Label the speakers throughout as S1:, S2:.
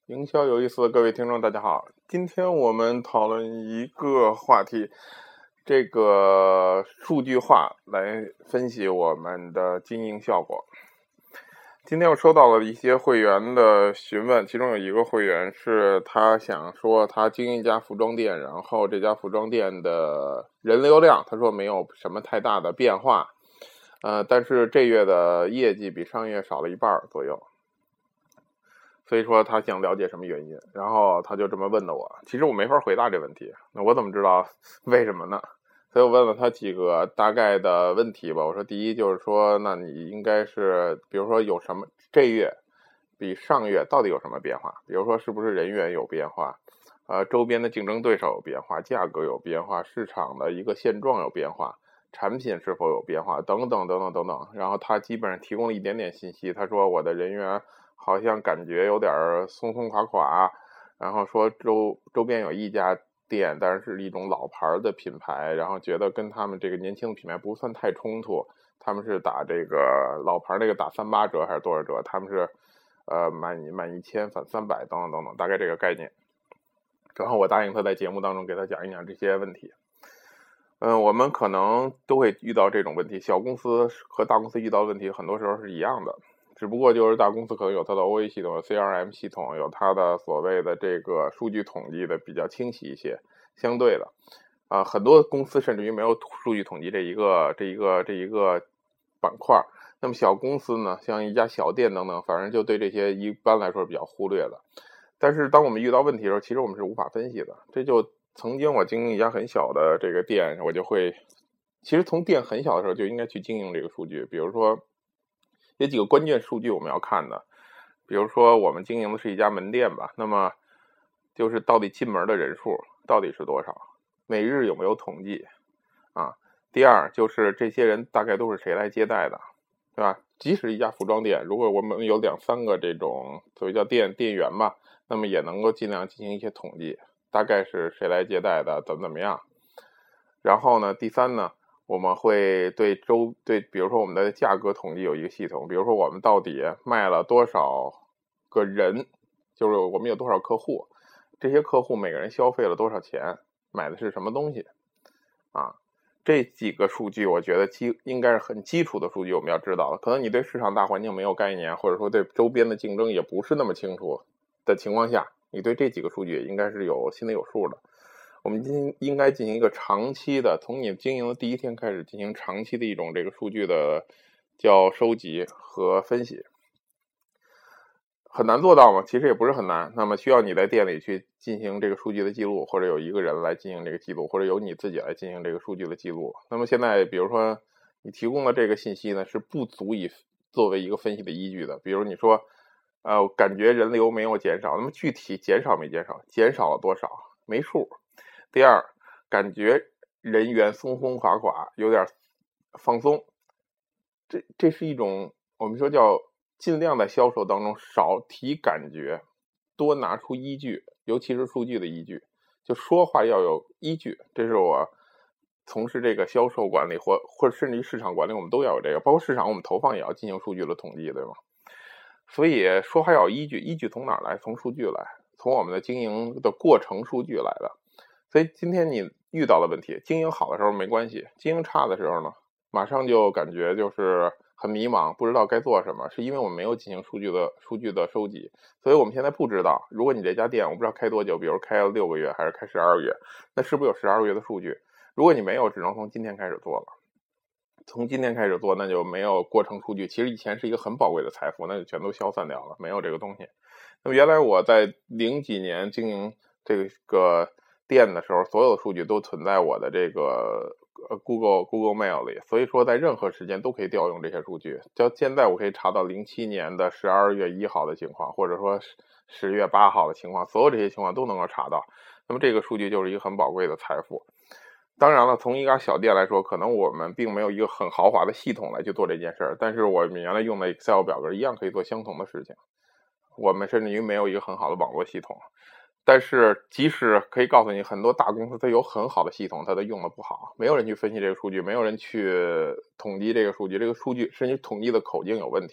S1: 营销有意思的各位听众大家好，今天我们讨论一个话题，这个数据化来分析我们的经营效果。今天我收到了一些会员的询问，其中有一个会员是他想说他经营一家服装店，然后这家服装店的人流量他说没有什么太大的变化，但是这月的业绩比上月少了一半左右。所以说他想了解什么原因，然后他就这么问的我。其实我没法回答这问题，那我怎么知道为什么呢？所以我问了他几个大概的问题吧。我说第一就是说，那你应该是比如说有什么这月比上月到底有什么变化，比如说是不是人员有变化，周边的竞争对手有变化，价格有变化，市场的一个现状有变化，产品是否有变化，等等等等等等。然后他基本上提供了一点点信息，他说我的人员好像感觉有点松松垮垮，然后说周边有一家店，但是一种老牌的品牌，然后觉得跟他们这个年轻的品牌不算太冲突，他们是打这个老牌那个打38折还是多少折，他们是满1000返300等等等等，大概这个概念。然后我答应他在节目当中给他讲一讲这些问题。我们可能都会遇到这种问题，小公司和大公司遇到的问题很多时候是一样的，只不过就是大公司可能有它的 OA 系统，有 CRM 系统，有它的所谓的这个数据统计的比较清晰一些，相对的很多公司甚至于没有数据统计这一个板块。那么小公司呢，像一家小店等等，反正就对这些一般来说比较忽略的。但是当我们遇到问题的时候，其实我们是无法分析的。这就曾经我经营一家很小的这个店，我就会其实从店很小的时候就应该去经营这个数据。比如说有几个关键数据我们要看的，比如说我们经营的是一家门店吧，那么就是到底进门的人数到底是多少，每日有没有统计啊？第二就是这些人大概都是谁来接待的，对吧？即使一家服装店，如果我们有2-3个这种所谓叫店员吧，那么也能够尽量进行一些统计，大概是谁来接待的，怎么样。然后呢，第三呢，我们会对比如说我们的价格统计有一个系统，比如说我们到底卖了多少个人，就是我们有多少客户，这些客户每个人消费了多少钱，买的是什么东西啊？这几个数据我觉得应该是很基础的数据，我们要知道的。可能你对市场大环境没有概念，或者说对周边的竞争也不是那么清楚的情况下，你对这几个数据应该是心里有数的。我们应该进行一个长期的，从你经营的第一天开始进行长期的一种这个数据的叫收集和分析。很难做到吗？其实也不是很难。那么需要你在店里去进行这个数据的记录，或者有一个人来进行这个记录，或者由你自己来进行这个数据的记录。那么现在比如说你提供的这个信息呢，是不足以作为一个分析的依据的。比如你说感觉人流没有减少，那么具体减少没减少，减少了多少没数。第二，感觉人员松松垮垮，有点放松，这是一种我们说叫尽量在销售当中少提感觉，多拿出依据，尤其是数据的依据，就说话要有依据。这是我从事这个销售管理或者甚至于市场管理，我们都要有这个，包括市场我们投放也要进行数据的统计，对吗？所以说话要有依据，依据从哪来？从数据来，从我们的经营的过程数据来的。所以今天你遇到的问题，经营好的时候没关系，经营差的时候呢，马上就感觉就是很迷茫，不知道该做什么，是因为我们没有进行数据的收集。所以我们现在不知道，如果你这家店我不知道开多久，比如开了6个月还是开12个月，那是不是有12个月的数据？如果你没有，只能从今天开始做了。从今天开始做，那就没有过程数据。其实以前是一个很宝贵的财富，那就全都消散掉了，没有这个东西。那么原来我在00几年经营这个店的时候，所有的数据都存在我的这个Google Mail 里，所以说在任何时间都可以调用这些数据。到现在我可以查到07年的12月1号的情况，或者说10月8号的情况，所有这些情况都能够查到。那么这个数据就是一个很宝贵的财富。当然了，从一家小店来说，可能我们并没有一个很豪华的系统来去做这件事儿，但是我们原来用的 Excel 表格一样可以做相同的事情。我们甚至于没有一个很好的网络系统，但是即使可以告诉你，很多大公司它有很好的系统，它都用的不好，没有人去分析这个数据，没有人去统计这个数据，这个数据甚至统计的口径有问题，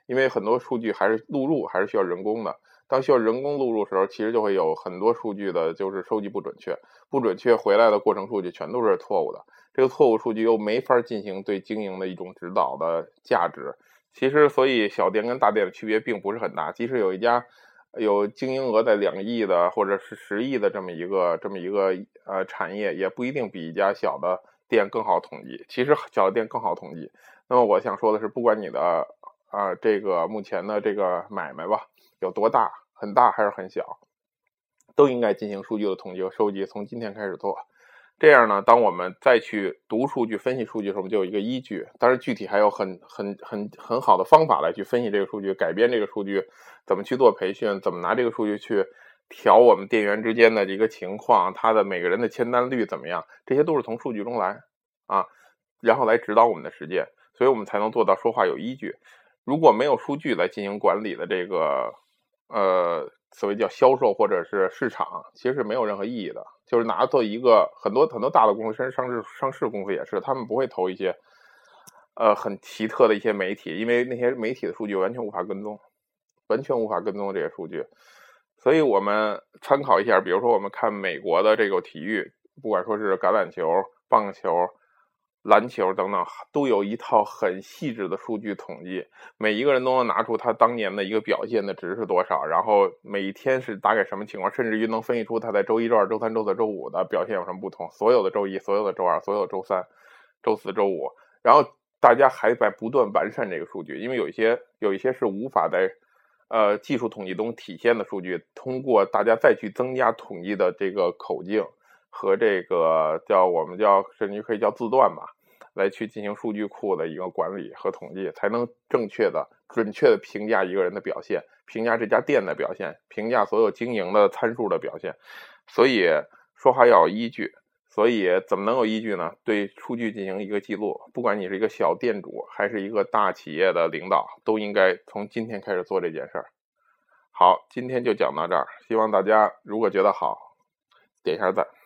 S1: 因为很多数据还是录入还是需要人工的。当需要人工录入的时候，其实就会有很多数据的就是收集不准确回来的过程数据全都是错误的。这个错误数据又没法进行对经营的一种指导的价值。其实所以小店跟大店的区别并不是很大，即使有一家有经营额在2亿的或者是10亿的这么一个产业，也不一定比一家小的店更好统计。其实小的店更好统计。那么我想说的是，不管你的这个目前的这个买卖吧有多大，很大还是很小，都应该进行数据的统计和收集，从今天开始做。这样呢，当我们再去读数据、分析数据的时候，我们就有一个依据。当然，具体还有很好的方法来去分析这个数据，改变这个数据，怎么去做培训，怎么拿这个数据去调我们店员之间的一个情况，他的每个人的签单率怎么样，这些都是从数据中来然后来指导我们的实践，所以我们才能做到说话有依据。如果没有数据来进行管理的这个所谓叫销售或者是市场，其实是没有任何意义的。就是拿做一个很多大的公司，甚至上市公司也是，他们不会投一些很奇特的一些媒体，因为那些媒体的数据完全无法跟踪这些数据。所以我们参考一下，比如说我们看美国的这个体育，不管说是橄榄球、棒球、篮球等等，都有一套很细致的数据统计，每一个人都能拿出他当年的一个表现的值是多少，然后每一天是大概什么情况，甚至于能分析出他在周一、周二、周三、周四、周五的表现有什么不同，所有的周一、所有的周二、所有的周三、周四、周五，然后大家还在不断完善这个数据，因为有一些是无法在技术统计中体现的数据，通过大家再去增加统计的这个口径和这个甚至可以叫字段吧，来去进行数据库的一个管理和统计，才能准确的评价一个人的表现，评价这家店的表现，评价所有经营的参数的表现。所以说话要有依据。所以怎么能有依据呢？对数据进行一个记录，不管你是一个小店主还是一个大企业的领导，都应该从今天开始做这件事儿。好，今天就讲到这儿，希望大家如果觉得好，点一下赞。